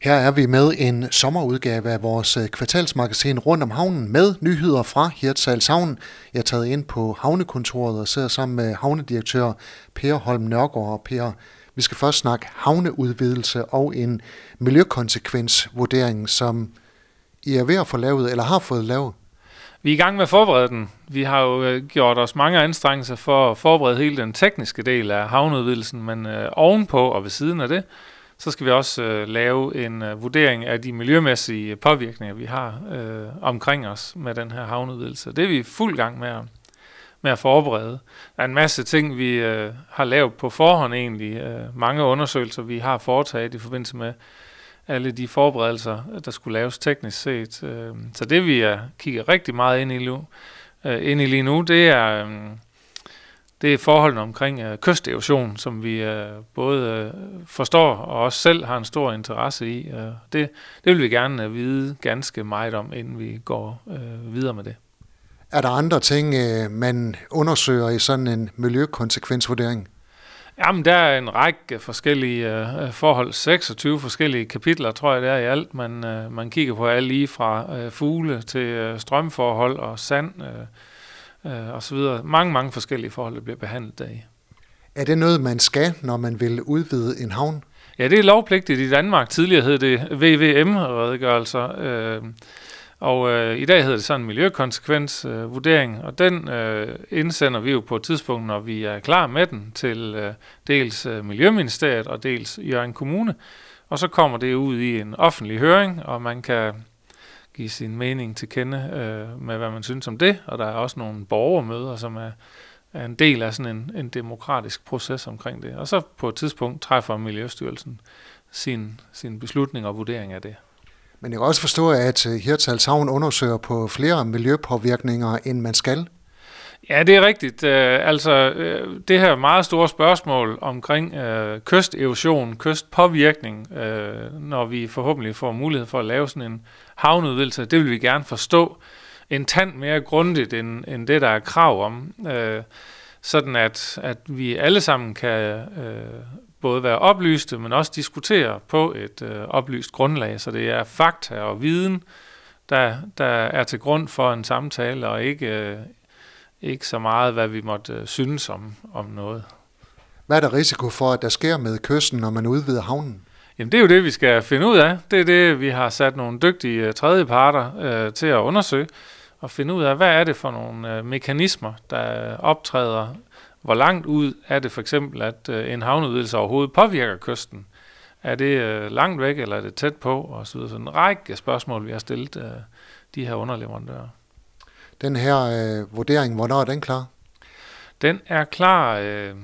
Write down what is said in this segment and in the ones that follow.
Her er vi med en sommerudgave af vores kvartalsmagasin Rundt om havnen med nyheder fra Hirtshals Havn. Jeg er taget ind på havnekontoret og sidder sammen med havnedirektør Per Holm Nørgaard. Og Per, vi skal først snakke havneudvidelse og en miljøkonsekvensvurdering, som I er ved at få lavet eller har fået lavet. Vi er i gang med at forberede den. Vi har jo gjort os mange anstrengelser for at forberede hele den tekniske del af havneudvidelsen, men ovenpå og ved siden af det, så skal vi også lave en vurdering af de miljømæssige påvirkninger, vi har omkring os med den her havneudvidelse. Det er vi i fuld gang med at forberede. Der er en masse ting, vi har lavet på forhånd egentlig. Mange undersøgelser, vi har foretaget i forbindelse med alle de forberedelser, der skulle laves teknisk set. Så det vi kigger rigtig meget ind i lige nu, det er forholdene omkring kysterosion, som vi både forstår og også selv har en stor interesse i. Det vil vi gerne vide ganske meget om, inden vi går videre med det. Er der andre ting, man undersøger i sådan en miljøkonsekvensvurdering? Jamen, der er en række forskellige forhold, 26 forskellige kapitler, tror jeg, det er i alt. Man kigger på alt lige fra fugle til strømforhold og sand og så videre. Mange forskellige forhold, der bliver behandlet deri. Er det noget, man skal, når man vil udvide en havn? Ja, det er lovpligtigt i Danmark. Tidligere hed det VVM-redegørelser, og i dag hedder det sådan en miljøkonsekvensvurdering, og den indsender vi jo på et tidspunkt, når vi er klar med den, til dels Miljøministeriet og dels Hjørring Kommune. Og så kommer det ud i en offentlig høring, og man kan give sin mening til kende med, hvad man synes om det. Og der er også nogle borgermøder, som er en del af sådan en demokratisk proces omkring det. Og så på et tidspunkt træffer Miljøstyrelsen sin beslutning og vurdering af det. Men jeg kan også forstå, at Hirtshals Havn undersøger på flere miljøpåvirkninger, end man skal. Ja, det er rigtigt. Det her meget store spørgsmål omkring kysterosion, kystpåvirkning, når vi forhåbentlig får mulighed for at lave sådan en havneudvidelse, det vil vi gerne forstå en tand mere grundigt, end det, der er krav om. Sådan at vi alle sammen kan både være oplyste, men også diskutere på et oplyst grundlag. Så det er fakta og viden, der er til grund for en samtale, og ikke så meget, hvad vi måtte synes om noget. Hvad er der risiko for, at der sker med kysten, når man udvider havnen? Jamen, det er jo det, vi skal finde ud af. Det er det, vi har sat nogle dygtige tredjeparter til at undersøge, og finde ud af, hvad er det for nogle mekanismer, der optræder. Hvor langt ud er det for eksempel, at en havneudvidelse overhovedet påvirker kysten? Er det langt væk, eller er det tæt på? Og så videre. Så en række spørgsmål, vi har stillet de her underleverandører. Den her vurdering, hvornår er den klar? Den er klar,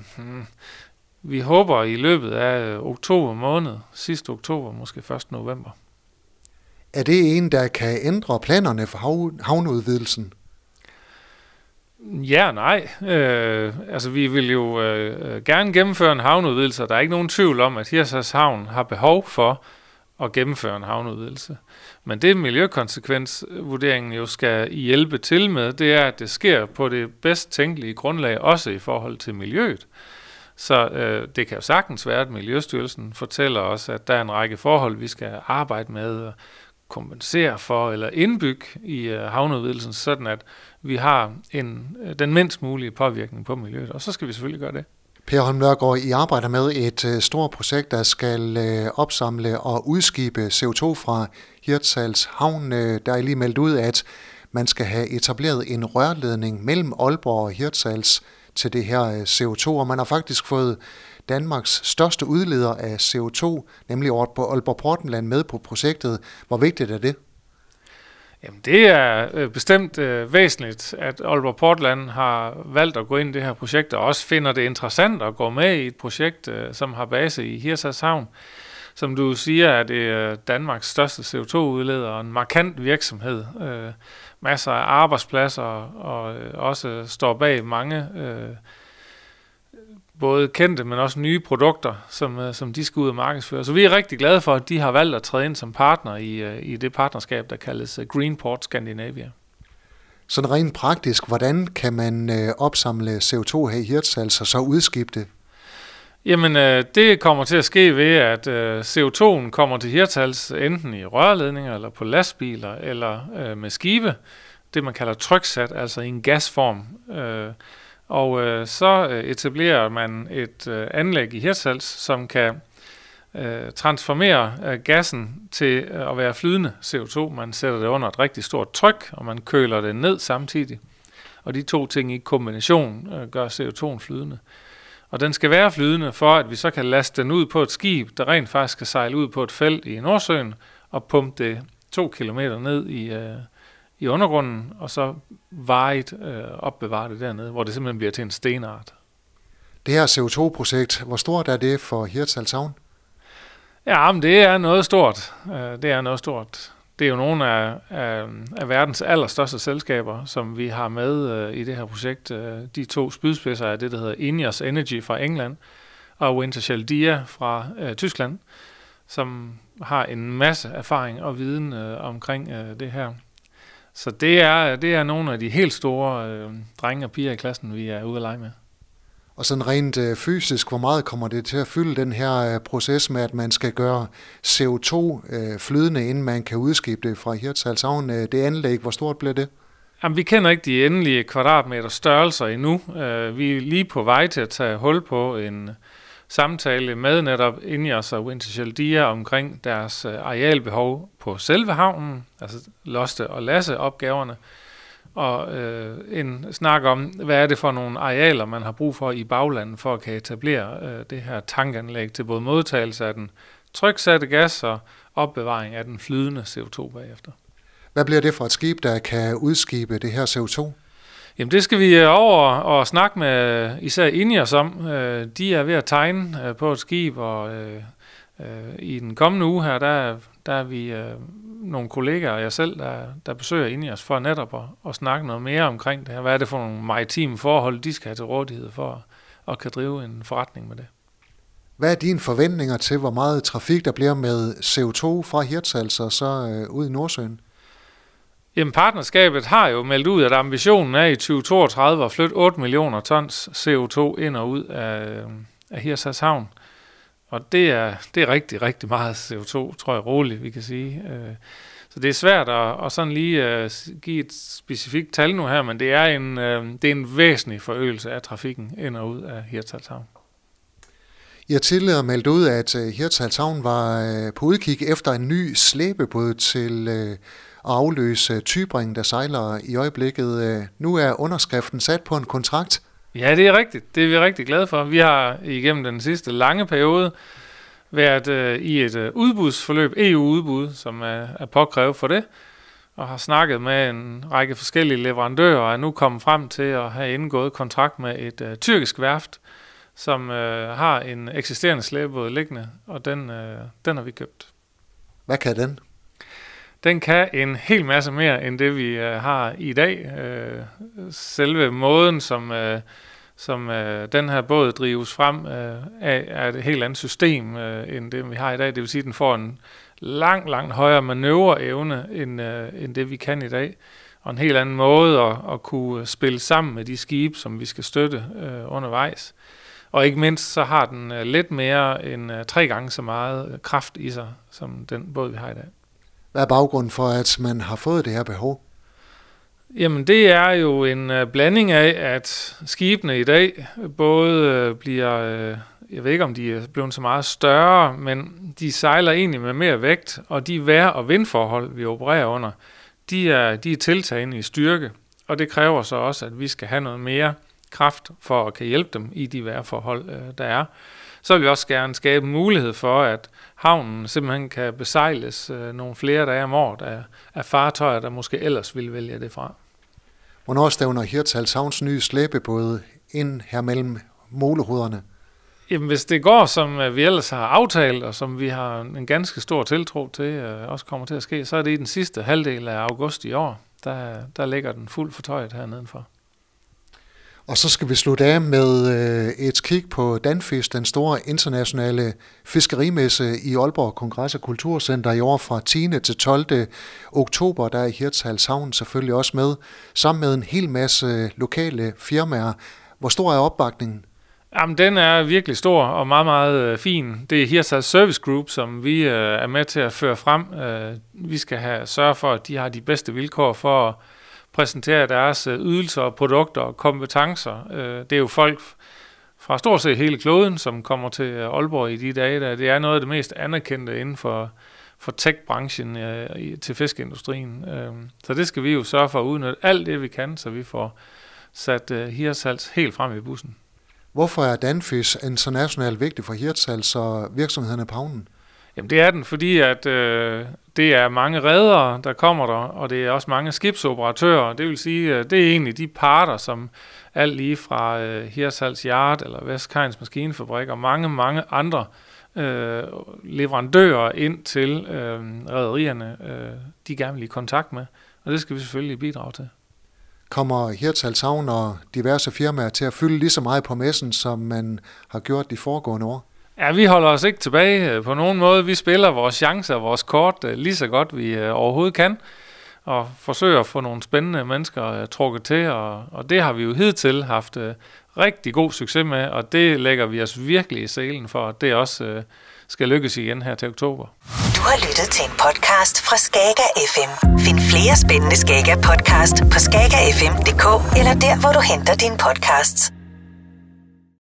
vi håber i løbet af oktober måned, sidste oktober, måske 1. november. Er det en, der kan ændre planerne for havneudvidelsen? Ja og nej. Vi vil jo gerne gennemføre en havneudvidelse, og der er ikke nogen tvivl om, at Hirtshals Havn har behov for at gennemføre en havneudvidelse. Men det miljøkonsekvensvurderingen jo skal hjælpe til med, det er, at det sker på det bedst tænkelige grundlag, også i forhold til miljøet. Så det kan jo sagtens være, at Miljøstyrelsen fortæller os, at der er en række forhold, vi skal arbejde med og kompensere for eller indbygge i havneudvidelsen, sådan at vi har den mindst mulige påvirkning på miljøet, og så skal vi selvfølgelig gøre det. Per Holm Nørgaard, I arbejder med et stort projekt, der skal opsamle og udskibe CO2 fra Hirtshals Havn. Der er lige meldt ud, at man skal have etableret en rørledning mellem Aalborg og Hirtshals til det her CO2, og man har faktisk fået Danmarks største udleder af CO2, nemlig Aalborg Portland, med på projektet. Hvor vigtigt er det? Jamen, det er bestemt væsentligt, at Aalborg Portland har valgt at gå ind i det her projekt, og også finder det interessant at gå med i et projekt, som har base i Hirtshals Havn. Som du siger, er det Danmarks største CO2-udleder og en markant virksomhed. Masser af arbejdspladser og også står bag mange både kendte, men også nye produkter, som de skal ud og markedsføre. Så vi er rigtig glade for, at de har valgt at træde ind som partner i det partnerskab, der kaldes Greenport Scandinavia. Sådan rent praktisk, hvordan kan man opsamle CO2 her i Hirtshals og så udskibe det? Jamen, det kommer til at ske ved, at CO2'en kommer til Hirtshals enten i rørledninger, eller på lastbiler, eller med skibe. Det, man kalder tryksat, altså i en gasform. Så etablerer man et anlæg i Hirtshals, som kan transformere gassen til at være flydende CO2. Man sætter det under et rigtig stort tryk, og man køler det ned samtidig. Og de to ting i kombination gør CO2'en flydende. Og den skal være flydende, for at vi så kan laste den ud på et skib, der rent faktisk skal sejle ud på et felt i Nordsøen, og pumpe det 2 kilometer ned i undergrunden, og så varigt opbevare det dernede, hvor det simpelthen bliver til en stenart. Det her CO2-projekt, hvor stort er det for Hirtshals Havn? Ja, men det er noget stort. Det er jo nogle af verdens allerstørste selskaber, som vi har med i det her projekt. De to spydspidser er det, der hedder Ineos Energy fra England, og Wintershall Dea fra Tyskland, som har en masse erfaring og viden omkring det her. Så det er nogle af de helt store drenge og piger i klassen, vi er ude at lege med. Og sådan rent fysisk, hvor meget kommer det til at fylde den her proces med, at man skal gøre CO2 flydende, inden man kan udskibe det fra Hirtshals Havn? Det anlæg, hvor stort bliver det? Jamen, vi kender ikke de endelige kvadratmeter størrelser endnu. Vi er lige på vej til at tage hul på en samtale med netop Ineos og Wintershall Dea omkring deres arealbehov på selve havnen, altså loste- og lasse-opgaverne. Og en snak om, hvad er det for nogle arealer, man har brug for i baglandet, for at kan etablere det her tankanlæg til både modtagelse af den tryksatte gas og opbevaring af den flydende CO2 bagefter. Hvad bliver det for et skib, der kan udskibe det her CO2? Jamen det skal vi over og snakke med især Ineos om. De er ved at tegne på et skib, og i den kommende uge her, der er vi nogle kollegaer og jeg selv, der besøger Ineos for netop at snakke noget mere omkring det her. Hvad er det for nogle maritime forhold, de skal have til rådighed for at kan drive en forretning med det? Hvad er dine forventninger til, hvor meget trafik der bliver med CO2 fra Hirtshals og så ud i Nordsøen? Jamen partnerskabet har jo meldt ud, at ambitionen er i 2032 at flytte 8 millioner tons CO2 ind og ud af Hirtshals Havn. Og det er rigtig, rigtig meget CO2, tror jeg roligt, vi kan sige. Så det er svært at sådan lige give et specifikt tal nu her, men det er en væsentlig forøgelse af trafikken ind og ud af Hirtshals Havn. I har tidligere meldt ud, at Hirtshals Havn var på udkig efter en ny slæbebåd til at afløse Tybring, der sejler i øjeblikket. Nu er underskriften sat på en kontrakt. Ja, det er rigtigt. Det er vi rigtig glade for. Vi har igennem den sidste lange periode været i et udbudsforløb, EU-udbud, som er påkrævet for det, og har snakket med en række forskellige leverandører, og er nu kommet frem til at have indgået kontrakt med et tyrkisk værft, som har en eksisterende slæbebåd liggende, og den har vi købt. Hvad kan den? Den kan en hel masse mere end det, vi har i dag. Selve måden, som den her båd drives frem af, er et helt andet system end det, vi har i dag. Det vil sige, at den får en langt højere manøvreevne end det, vi kan i dag. Og en helt anden måde at kunne spille sammen med de skibe, som vi skal støtte undervejs. Og ikke mindst, så har den lidt mere end 3 gange så meget kraft i sig, som den båd, vi har i dag. Hvad er baggrunden for, at man har fået det her behov? Jamen det er jo en blanding af, at skibene i dag både bliver, jeg ved ikke om de er blevet så meget større, men de sejler egentlig med mere vægt, og de vejr- og vindforhold, vi opererer under, de er tiltagende i styrke, og det kræver så også, at vi skal have noget mere kraft for at kan hjælpe dem i de vejrforhold, der er. Så vil vi også gerne skabe mulighed for, at havnen simpelthen kan besejles nogle flere dage om året af fartøjer, der måske ellers ville vælge det fra. Hvornår stævner Hirtshals Havns nye slæbebåd ind her mellem molehovederne? Jamen hvis det går, som vi ellers har aftalt, og som vi har en ganske stor tiltro til, også kommer til at ske, så er det i den sidste halvdel af august i år. Der ligger den fuldt fortøjet hernedenfor. Og så skal vi slutte af med et kig på Danfisk, den store internationale fiskerimesse i Aalborg Kongress- og Kulturcenter i år fra 10. til 12. oktober. Der er Hirtshals Havn selvfølgelig også med, sammen med en hel masse lokale firmaer. Hvor stor er opbakningen? Jamen, den er virkelig stor og meget, meget fin. Det er Hirtshals Service Group, som vi er med til at føre frem. Vi skal sørge for, at de har de bedste vilkår for at præsentere deres ydelser, produkter og kompetencer. Det er jo folk fra stort set hele kloden, som kommer til Aalborg i de dage. Det er noget af det mest anerkendte inden for tech-branchen til fiskeindustrien. Så det skal vi jo sørge for at udnytte alt det, vi kan, så vi får sat Hirtshals helt frem i bussen. Hvorfor er Danfish International vigtig for Hirtshals og virksomhederne på havnen? Jamen det er den, fordi at det er mange redere, der kommer der, og det er også mange skibsoperatører. Det vil sige, at det er egentlig de parter, som alt lige fra Hirtshals Yard eller Vestkajens Maskinefabrik og mange andre leverandører ind til rederierne, de gerne vil i kontakt med. Og det skal vi selvfølgelig bidrage til. Kommer Hirtshals Havn og diverse firmaer til at fylde lige så meget på messen, som man har gjort de foregående år? Ja, vi holder os ikke tilbage på nogen måde. Vi spiller vores chancer og vores kort lige så godt, vi overhovedet kan, og forsøger at få nogle spændende mennesker trukket til, og det har vi jo hidtil haft rigtig god succes med, og det lægger vi os virkelig i selen for, at det også skal lykkes igen her til oktober. Du har lyttet til en podcast fra Skager FM. Find flere spændende Skager podcast på skagerfm.dk eller der, hvor du henter dine podcasts.